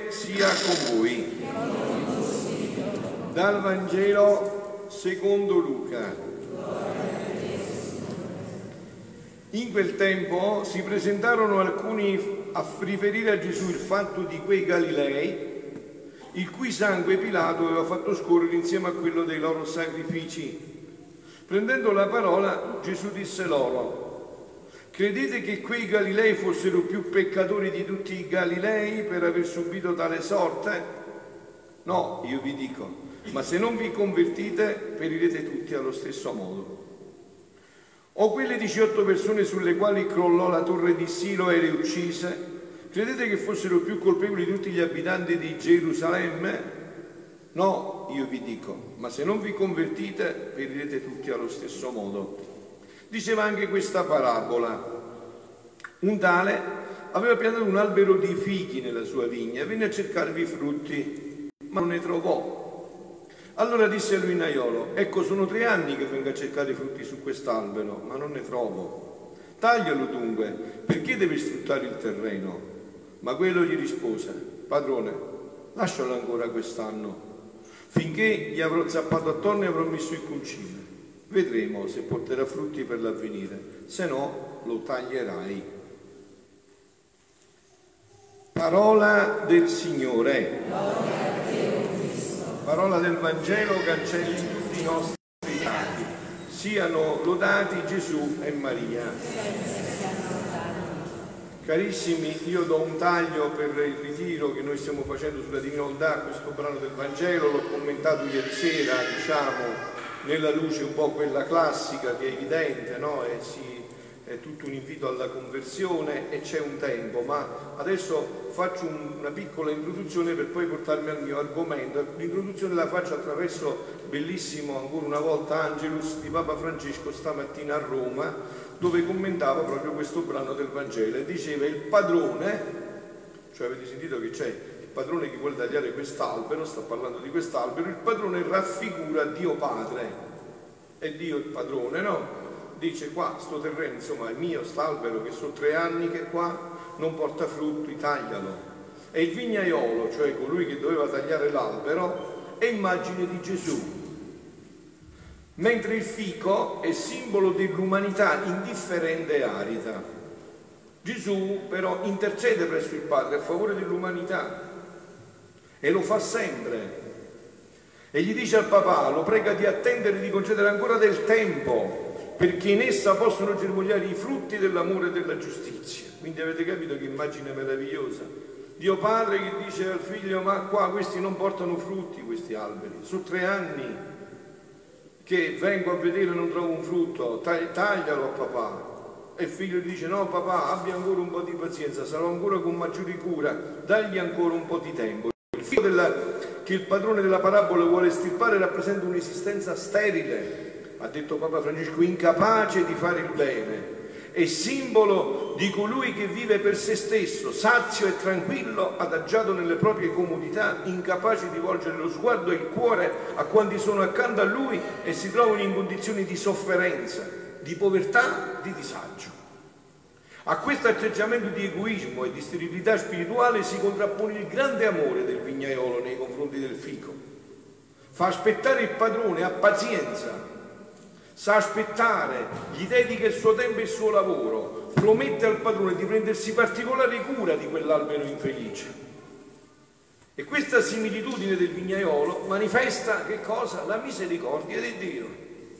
sia con voi. Dal Vangelo secondo Luca. In quel tempo si presentarono alcuni a riferire a Gesù il fatto di quei Galilei, il cui sangue Pilato aveva fatto scorrere insieme a quello dei loro sacrifici. Prendendo la parola, Gesù disse loro: credete che quei Galilei fossero più peccatori di tutti i Galilei per aver subito tale sorte? No, io vi dico, ma se non vi convertite, perirete tutti allo stesso modo. O quelle 18 persone sulle quali crollò la torre di Silo e le uccise, credete che fossero più colpevoli di tutti gli abitanti di Gerusalemme? No, io vi dico, ma se non vi convertite, perirete tutti allo stesso modo. Diceva anche questa parabola. Un tale aveva piantato un albero di fichi nella sua vigna e venne a cercarvi frutti, ma non ne trovò. Allora disse al vignaiolo: ecco, sono 3 anni che vengo a cercare frutti su quest'albero, ma non ne trovo. Taglialo dunque, perché deve sfruttare il terreno? Ma quello gli rispose: padrone, lascialo ancora quest'anno, finché gli avrò zappato attorno e avrò messo il concime. Vedremo se porterà frutti per l'avvenire, se no lo taglierai. Parola del Signore. Parola del Vangelo cancelli tutti i nostri peccati. Siano lodati Gesù e Maria. Carissimi, io do un taglio per il ritiro che noi stiamo facendo sulla divinità, questo brano del Vangelo, l'ho commentato ieri sera, diciamo, nella luce un po' quella classica che è evidente, no? È tutto un invito alla conversione e c'è un tempo, ma adesso faccio una piccola introduzione per poi portarmi al mio argomento. L'introduzione la faccio attraverso, bellissimo ancora una volta, Angelus di Papa Francesco stamattina a Roma, dove commentava proprio questo brano del Vangelo e diceva: il padrone, cioè avete sentito che c'è il padrone che vuole tagliare quest'albero, sta parlando di quest'albero, il padrone raffigura Dio Padre, è Dio il padrone, no? Dice: qua sto terreno, insomma, è mio, st'albero che sono 3 anni che qua non porta frutti, taglialo. E il vignaiolo, cioè colui che doveva tagliare l'albero, è immagine di Gesù, mentre il fico è simbolo dell'umanità indifferente e arida. Gesù però intercede presso il Padre a favore dell'umanità e lo fa sempre. E gli dice al papà, lo prega di attendere e di concedere ancora del tempo, perché in essa possono germogliare i frutti dell'amore e della giustizia. Quindi avete capito che immagine meravigliosa? Dio Padre che dice al figlio: ma qua questi non portano frutti, questi alberi, sono 3 anni che vengo a vedere e non trovo un frutto, taglialo a papà. E il figlio gli dice: no papà, abbia ancora un po' di pazienza, sarò ancora con maggiore cura, dagli ancora un po' di tempo. Il figlio che il padrone della parabola vuole estirpare rappresenta un'esistenza sterile, ha detto Papa Francesco, incapace di fare il bene. È simbolo di colui che vive per se stesso, sazio e tranquillo, adagiato nelle proprie comodità, incapace di volgere lo sguardo e il cuore a quanti sono accanto a lui e si trovano in condizioni di sofferenza, di povertà, di disagio. A questo atteggiamento di egoismo e di sterilità spirituale si contrappone il grande amore del vignaiolo nei confronti del fico. Fa aspettare il padrone, ha pazienza, sa aspettare, gli dedica il suo tempo e il suo lavoro, promette al padrone di prendersi particolare cura di quell'albero infelice. E questa similitudine del vignaiolo manifesta che cosa? La misericordia di Dio,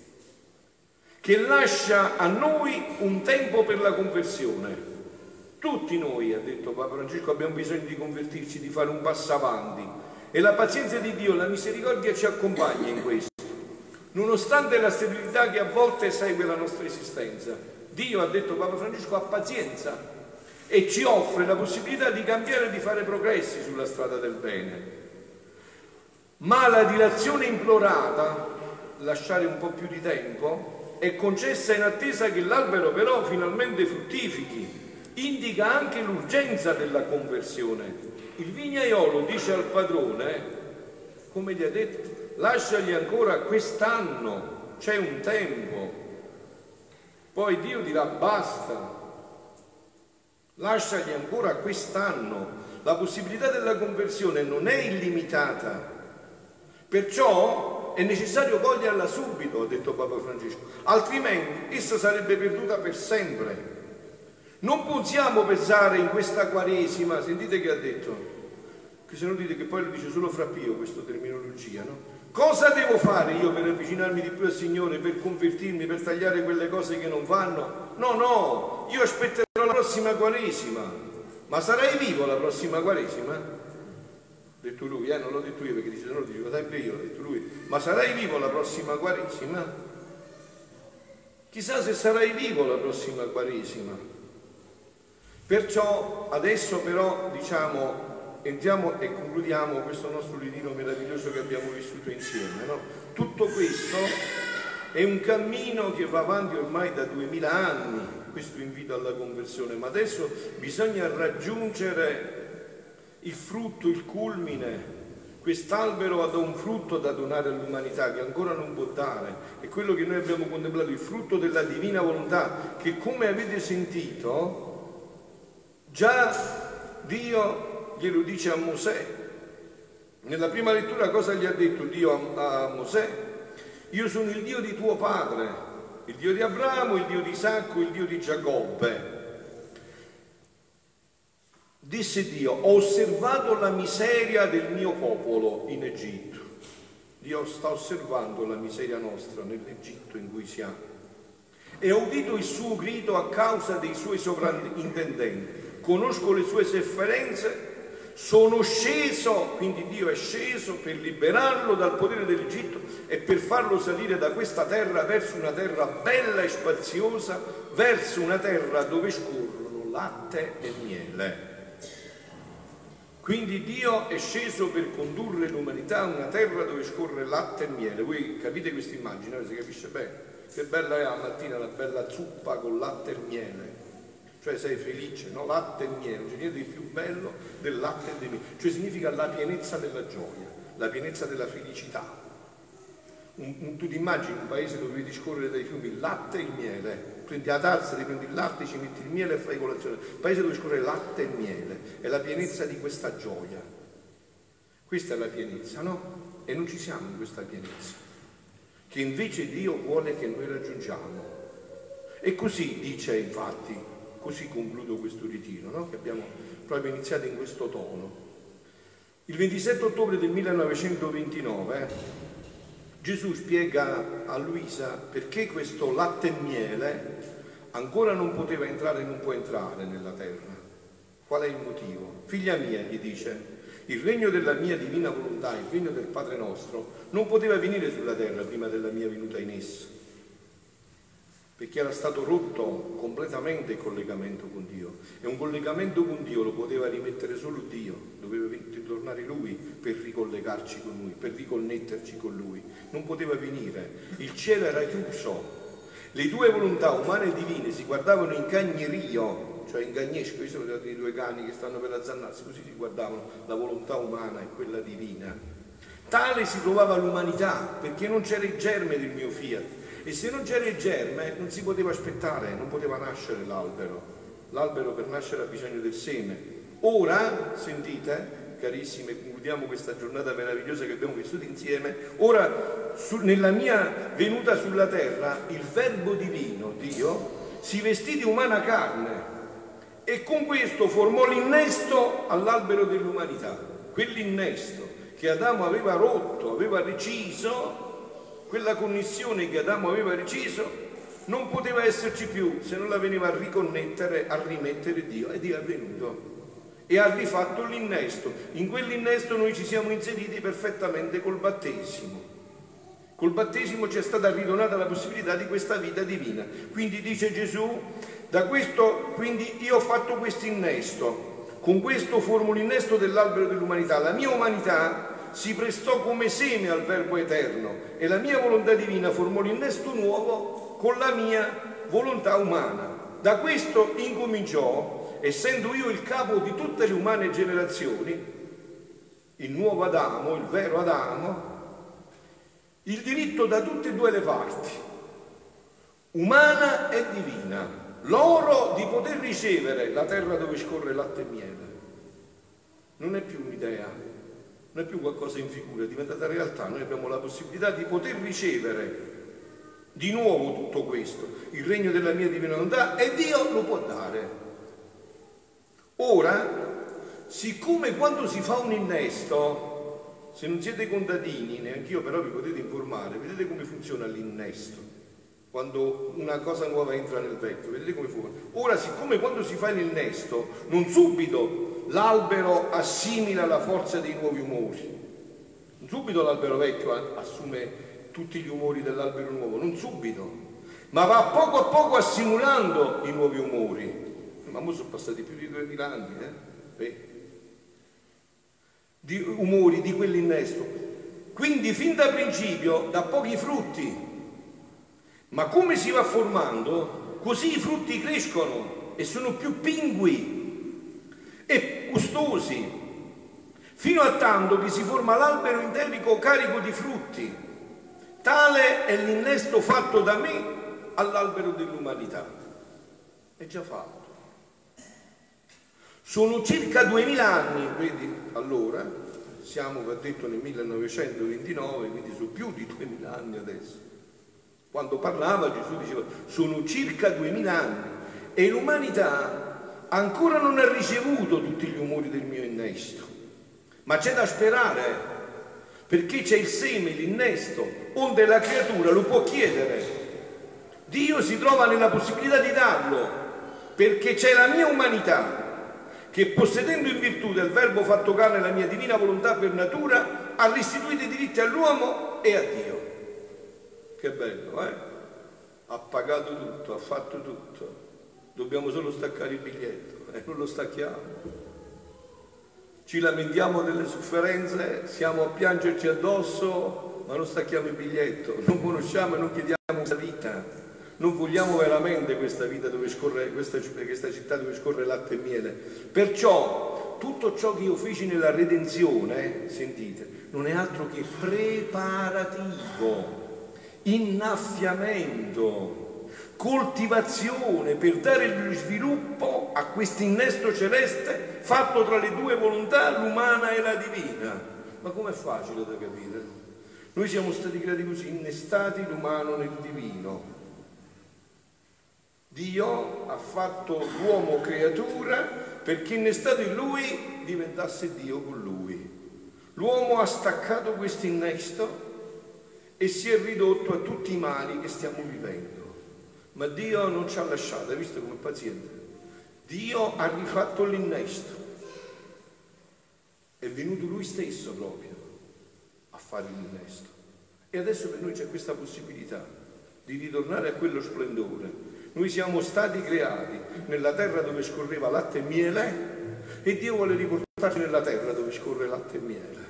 che lascia a noi un tempo per la conversione. Tutti noi, ha detto Papa Francesco, abbiamo bisogno di convertirci, di fare un passo avanti, e la pazienza di Dio, la misericordia ci accompagna in questo. Nonostante la sterilità che a volte segue la nostra esistenza, Dio, ha detto Papa Francesco, ha pazienza e ci offre la possibilità di cambiare e di fare progressi sulla strada del bene. Ma la dilazione implorata, lasciare un po' più di tempo, è concessa in attesa che l'albero però finalmente fruttifichi. Indica anche l'urgenza della conversione. Il vignaiolo dice al padrone, come gli ha detto: lasciagli ancora quest'anno, c'è un tempo, poi Dio dirà basta. lasciagli ancora quest'anno. La possibilità della conversione non è illimitata, perciò è necessario coglierla subito, ha detto Papa Francesco, altrimenti essa sarebbe perduta per sempre. Non possiamo pensare in questa Quaresima, sentite che ha detto, che se no dite che poi lo dice solo Fra Pio questa terminologia, no? Cosa devo fare io per avvicinarmi di più al Signore, per convertirmi, per tagliare quelle cose che non vanno? No, io aspetterò la prossima Quaresima. Ma sarai vivo la prossima Quaresima? Ha detto lui, non l'ho detto io perché dice, non lo dico sempre io, l'ha detto lui. Ma sarai vivo la prossima Quaresima? Chissà se sarai vivo la prossima Quaresima. Perciò adesso però diciamo entriamo e concludiamo questo nostro ritiro meraviglioso che abbiamo vissuto insieme, no? Tutto questo è un cammino che va avanti ormai da 2000 anni, questo invito alla conversione, ma adesso bisogna raggiungere il frutto, il culmine. Quest'albero ha un frutto da donare all'umanità che ancora non può dare, è quello che noi abbiamo contemplato, il frutto della divina volontà, che come avete sentito già Dio glielo dice a Mosè. Nella prima lettura cosa gli ha detto Dio a Mosè? Io sono il Dio di tuo padre, il Dio di Abramo, il Dio di Isacco, il Dio di Giacobbe. Disse Dio, ho osservato la miseria del mio popolo in Egitto. Dio sta osservando la miseria nostra nell'Egitto in cui siamo. E ho udito il suo grido a causa dei suoi sovrintendenti. Conosco le sue sofferenze, sono sceso, quindi Dio è sceso per liberarlo dal potere dell'Egitto e per farlo salire da questa terra verso una terra bella e spaziosa, verso una terra dove scorrono latte e miele. Quindi Dio è sceso per condurre l'umanità a una terra dove scorre latte e miele. Voi capite questa immagine? Si capisce bene? Che bella è la mattina la bella zuppa con latte e miele. Cioè sei felice, no? Latte e miele, non c'è niente di più bello del latte e del miele. Cioè significa la pienezza della gioia, la pienezza della felicità. Tu ti immagini un paese dove vedi scorrere dai fiumi il latte e il miele, prendi la tazza, ti prendi il latte, ci metti il miele e fai colazione. Un paese dove scorre latte e miele, è la pienezza di questa gioia. Questa è la pienezza, no? E non ci siamo in questa pienezza, che invece Dio vuole che noi raggiungiamo. E così dice, infatti, così concludo questo ritiro, no? Che abbiamo proprio iniziato in questo tono. Il 27 ottobre del 1929 Gesù spiega a Luisa perché questo latte e miele ancora non poteva entrare e non può entrare nella terra. Qual è il motivo? Figlia mia, gli dice, il regno della mia divina volontà, il regno del Padre nostro, non poteva venire sulla terra prima della mia venuta in essa, perché era stato rotto completamente il collegamento con Dio, e un collegamento con Dio lo poteva rimettere solo Dio, doveva ritornare Lui per ricollegarci con Lui, per riconnetterci con Lui, non poteva venire, il cielo era chiuso, le due volontà umane e divine si guardavano in cagnerio, cioè in cagnesco, questi sono i due cani che stanno per azzannarsi, così si guardavano la volontà umana e quella divina. Tale si trovava l'umanità, perché non c'era il germe del mio fiat. E se non c'era il germe non si poteva aspettare, non poteva nascere l'albero. L'albero per nascere ha bisogno del seme. Ora, sentite, carissime, concludiamo questa giornata meravigliosa che abbiamo vissuto insieme. Ora, nella mia venuta sulla terra, il Verbo divino, Dio, si vestì di umana carne e con questo formò l'innesto all'albero dell'umanità. Quell'innesto che Adamo aveva rotto, aveva reciso, quella connessione che Adamo aveva reciso non poteva esserci più se non la veniva a riconnettere, a rimettere Dio, e Dio è venuto e ha rifatto l'innesto. In quell'innesto noi ci siamo inseriti perfettamente col battesimo. Col battesimo ci è stata ridonata la possibilità di questa vita divina. Quindi dice Gesù, quindi io ho fatto questo innesto, con questo formo l'innesto dell'albero dell'umanità. La mia umanità si prestò come seme al Verbo eterno e la mia volontà divina formò l'innesto nuovo con la mia volontà umana. Da questo incominciò, essendo io il capo di tutte le umane generazioni, il nuovo Adamo, il vero Adamo, il diritto da tutte e due le parti, umana e divina, l'oro di poter ricevere la terra dove scorre latte e miele. Non è più un'idea, non è più qualcosa in figura, è diventata realtà. Noi abbiamo la possibilità di poter ricevere di nuovo tutto questo, il regno della mia divina volontà, e Dio lo può dare. Ora, siccome quando si fa un innesto, se non siete contadini, neanche io, però vi potete informare, vedete come funziona l'innesto. Quando una cosa nuova entra nel vecchio, vedete come funziona. Ora, siccome quando si fa l'innesto, non subito l'albero assimila la forza dei nuovi umori, non subito l'albero vecchio assume tutti gli umori dell'albero nuovo, non subito, ma va a poco assimilando i nuovi umori. Ma ora sono passati più di 2000 anni, di umori di quell'innesto. Quindi fin da principio dà pochi frutti, ma come si va formando, così i frutti crescono e sono più pingui e gustosi, fino a tanto che si forma l'albero interico carico di frutti. Tale è l'innesto fatto da me all'albero dell'umanità. È già fatto. Sono circa 2000 anni, vedi, allora, siamo, va detto, nel 1929, quindi sono più di 2000 anni adesso. Quando parlava Gesù diceva, sono circa 2000 anni e l'umanità ancora non ha ricevuto tutti gli umori del mio innesto. Ma c'è da sperare, perché c'è il seme, l'innesto, onde la creatura lo può chiedere. Dio si trova nella possibilità di darlo, perché c'è la mia umanità, che possedendo in virtù del Verbo fatto carne la mia divina volontà per natura, ha restituito i diritti all'uomo e a Dio. Che bello, eh? Ha pagato tutto, ha fatto tutto. Dobbiamo solo staccare il biglietto, non lo stacchiamo. Ci lamentiamo delle sofferenze, siamo a piangerci addosso, ma non stacchiamo il biglietto. Non conosciamo e non chiediamo questa vita. Non vogliamo veramente questa vita dove scorre, questa città dove scorre latte e miele. Perciò tutto ciò che io feci nella redenzione, sentite, non è altro che preparativo, innaffiamento, coltivazione per dare sviluppo a questo innesto celeste fatto tra le due volontà, l'umana e la divina. Ma com'è facile da capire? Noi siamo stati creati così, innestati l'umano nel divino. Dio ha fatto l'uomo creatura perché innestato in lui diventasse Dio con lui. L'uomo ha staccato questo innesto e si è ridotto a tutti i mali che stiamo vivendo. Ma Dio non ci ha lasciato, hai visto come paziente? Dio ha rifatto l'innesto. È venuto Lui stesso proprio a fare l'innesto. E adesso per noi c'è questa possibilità di ritornare a quello splendore. Noi siamo stati creati nella terra dove scorreva latte e miele e Dio vuole riportarci nella terra dove scorre latte e miele.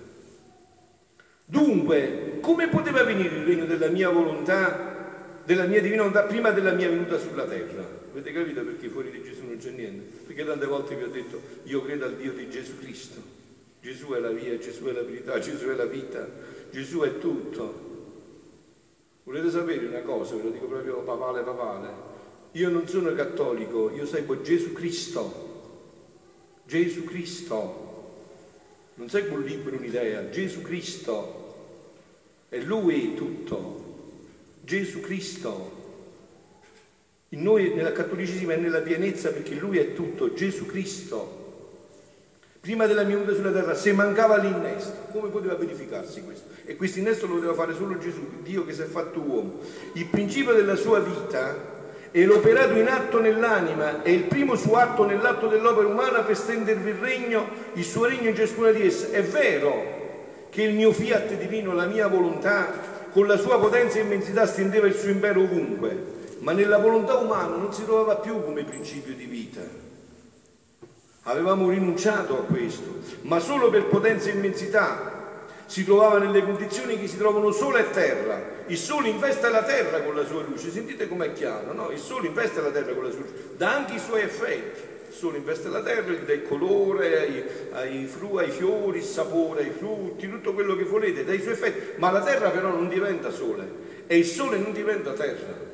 Dunque, come poteva venire il regno della mia volontà, della mia divina volontà, prima della mia venuta sulla terra? Avete capito perché fuori di Gesù non c'è niente? Perché tante volte vi ho detto, io credo al Dio di Gesù Cristo. Gesù è la via, Gesù è la verità, Gesù è la vita, Gesù è tutto. Volete sapere una cosa? Ve lo dico proprio papale. Io non sono cattolico, io seguo Gesù Cristo. Gesù Cristo. Non seguo un libro, un'idea, Gesù Cristo. È Lui tutto. Gesù Cristo. In noi, nel cattolicesimo, è nella pienezza perché Lui è tutto, Gesù Cristo. Prima della mia venuta sulla terra, se mancava l'innesto, come poteva verificarsi questo? E questo innesto lo poteva fare solo Gesù, Dio che si è fatto uomo. Il principio della sua vita è l'operato in atto nell'anima, è il primo suo atto nell'atto dell'opera umana per stendervi il suo regno in ciascuna di esse. È vero che il mio fiat divino, la mia volontà, con la sua potenza e immensità stendeva il suo impero ovunque, ma nella volontà umana non si trovava più come principio di vita. Avevamo rinunciato a questo, ma solo per potenza e immensità si trovava nelle condizioni che si trovano sole e terra. Il sole investe la terra con la sua luce, sentite com'è chiaro, no? Il sole investe la terra con la sua luce, dà anche i suoi effetti. Il sole investe la terra, gli dà il colore ai fiori, il sapore ai frutti, tutto quello che volete, dà i suoi effetti, ma la terra però non diventa sole e il sole non diventa terra.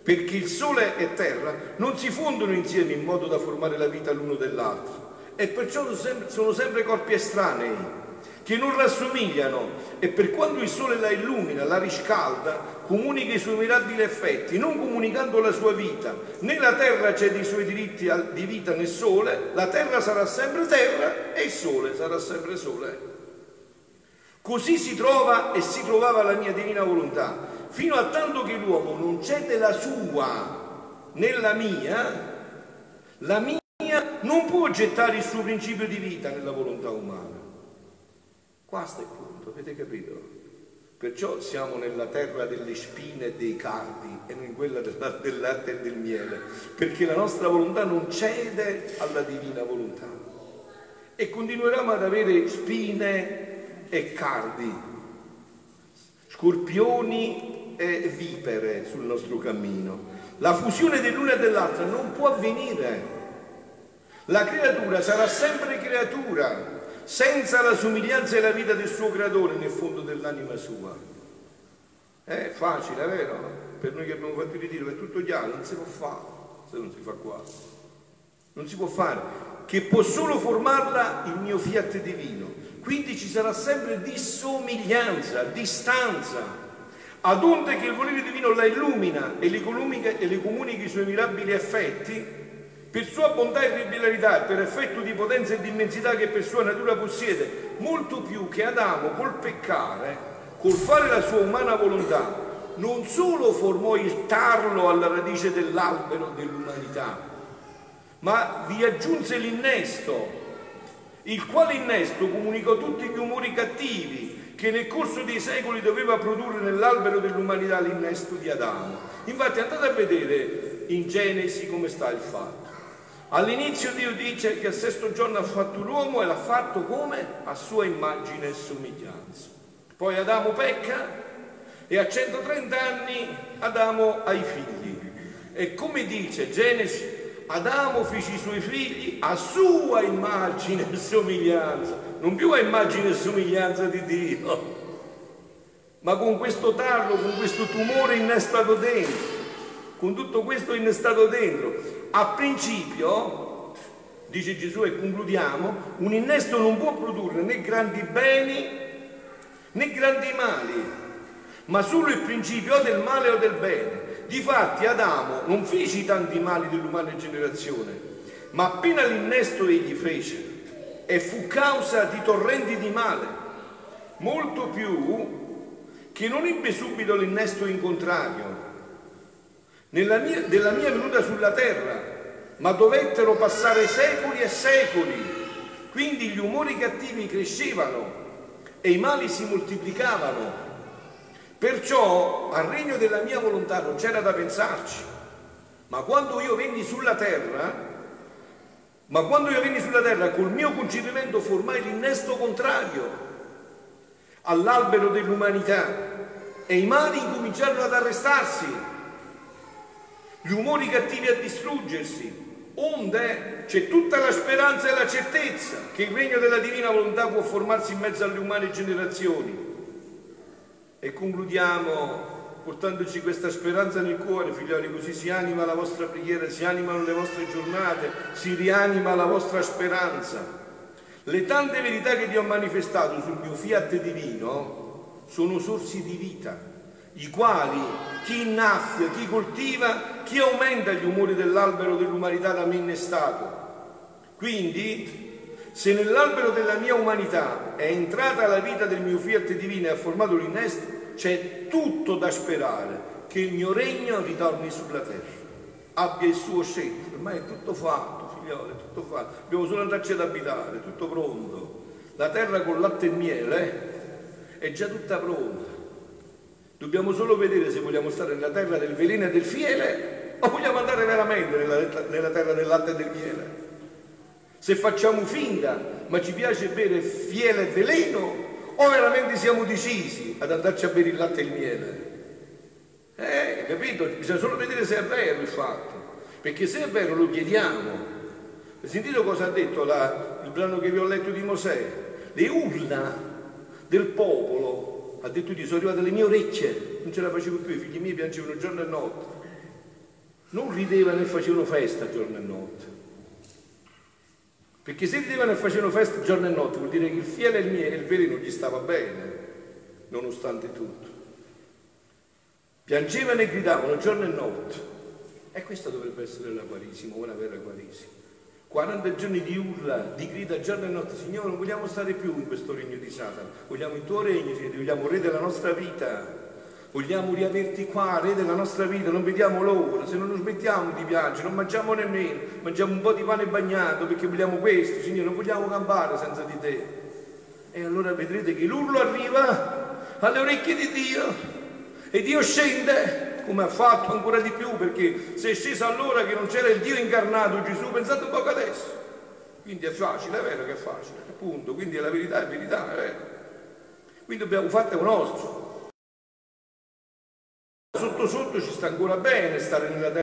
perché il sole e terra non si fondono insieme in modo da formare la vita l'uno dell'altro, e perciò sono sempre corpi estranei che non rassomigliano, e per quanto il sole la illumina, la riscalda, comunica i suoi mirabili effetti, non comunicando la sua vita. Né la terra cede i suoi diritti di vita né sole, la terra sarà sempre terra e il sole sarà sempre sole. Così si trova e si trovava la mia divina volontà, fino a tanto che l'uomo non cede la sua nella mia, la mia non può gettare il suo principio di vita nella volontà umana. Questo è il punto, avete capito? Perciò siamo nella terra delle spine e dei cardi e non in quella del latte e del miele, perché la nostra volontà non cede alla divina volontà e continueremo ad avere spine e cardi, scorpioni e vipere sul nostro cammino. La fusione dell'una e dell'altra non può avvenire. La creatura sarà sempre creatura, senza la somiglianza e la vita del suo creatore nel fondo dell'anima sua. È facile, è vero? Per noi che abbiamo fatto il ritiro è tutto chiaro, non si può fare se non si fa qua. Non si può fare, che può solo formarla il mio fiat divino. Quindi ci sarà sempre dissomiglianza, distanza, ad onde che il volere divino la illumina e le comunica i suoi mirabili effetti, per sua bontà e regolarità e per effetto di potenza e di immensità che per sua natura possiede, molto più che Adamo col peccare, col fare la sua umana volontà, non solo formò il tarlo alla radice dell'albero dell'umanità, ma vi aggiunse l'innesto, il quale innesto comunicò tutti gli umori cattivi che nel corso dei secoli doveva produrre nell'albero dell'umanità l'innesto di Adamo. Infatti andate a vedere in Genesi come sta il fatto. All'inizio Dio dice che al sesto giorno ha fatto l'uomo e l'ha fatto come? A sua immagine e somiglianza. Poi Adamo pecca e a 130 anni Adamo ha i figli. E come dice Genesi, Adamo fece i suoi figli a sua immagine e somiglianza, non più a immagine e somiglianza di Dio, ma con questo tarlo, con questo tumore innestato dentro, con tutto questo innestato dentro. A principio, dice Gesù e concludiamo, un innesto non può produrre né grandi beni né grandi mali, ma solo il principio o del male o del bene. Difatti Adamo non fece i tanti mali dell'umana generazione, ma appena l'innesto egli fece e fu causa di torrenti di male, molto più che non ebbe subito l'innesto in contrario della mia venuta sulla terra, ma dovettero passare secoli e secoli. Quindi gli umori cattivi crescevano e i mali si moltiplicavano. Perciò al regno della mia volontà non c'era da pensarci. Ma quando io venni sulla terra col mio concepimento formai l'innesto contrario all'albero dell'umanità e i mali incominciarono ad arrestarsi, gli umori cattivi a distruggersi, onde c'è tutta la speranza e la certezza che il regno della divina volontà può formarsi in mezzo alle umane generazioni. E concludiamo portandoci questa speranza nel cuore, figlioli, così si anima la vostra preghiera, si animano le vostre giornate, si rianima la vostra speranza. Le tante verità che Dio ha manifestato sul mio fiat divino sono sorsi di vita, i quali chi innaffia, chi coltiva, chi aumenta gli umori dell'albero dell'umanità da me innestato. Quindi, se nell'albero della mia umanità è entrata la vita del mio fiat divino e ha formato l'innesto, c'è tutto da sperare che il mio regno ritorni sulla terra, abbia il suo scettro. Ormai è tutto fatto, figlioli, è tutto fatto. Dobbiamo solo andarci ad abitare, tutto pronto. La terra con latte e miele è già tutta pronta. Dobbiamo solo vedere se vogliamo stare nella terra del veleno e del fiele o vogliamo andare veramente nella terra del latte e del miele. Se facciamo finta, ma ci piace bere fiele e veleno, o veramente siamo decisi ad andarci a bere il latte e il miele? Capito? Bisogna solo vedere se è vero il fatto, perché se è vero lo chiediamo. Hai sentito cosa ha detto il brano che vi ho letto di Mosè? Le urla del popolo, ha detto Dio, sono arrivate alle mie orecchie, non ce la facevo più, i figli miei piangevano giorno e notte. non ridevano e facevano festa giorno e notte. Perché se ridevano e facevano festa giorno e notte vuol dire che il fiele e il vero non gli stava bene, nonostante tutto. Piangevano e gridavano giorno e notte. E questa dovrebbe essere la Quaresima, una vera Quaresima. 40 giorni di urla, di grida giorno e notte: Signore, non vogliamo stare più in questo regno di Satana, vogliamo il tuo regno, Signore, vogliamo Re della nostra vita, vogliamo riaverti qua, Re della nostra vita, non vediamo l'ora, se non nos smettiamo di piangere, non mangiamo nemmeno, mangiamo un po' di pane bagnato perché vogliamo questo, Signore, non vogliamo campare senza di te. E allora vedrete che l'urlo arriva alle orecchie di Dio e Dio scende, come ha fatto ancora di più, perché se è sceso allora che non c'era il Dio incarnato Gesù, pensate un po' adesso. Quindi è facile, è vero che è facile, appunto, quindi la verità è verità, è vero. Quindi abbiamo fatto un nostro. Sotto sotto ci sta ancora bene stare nella terra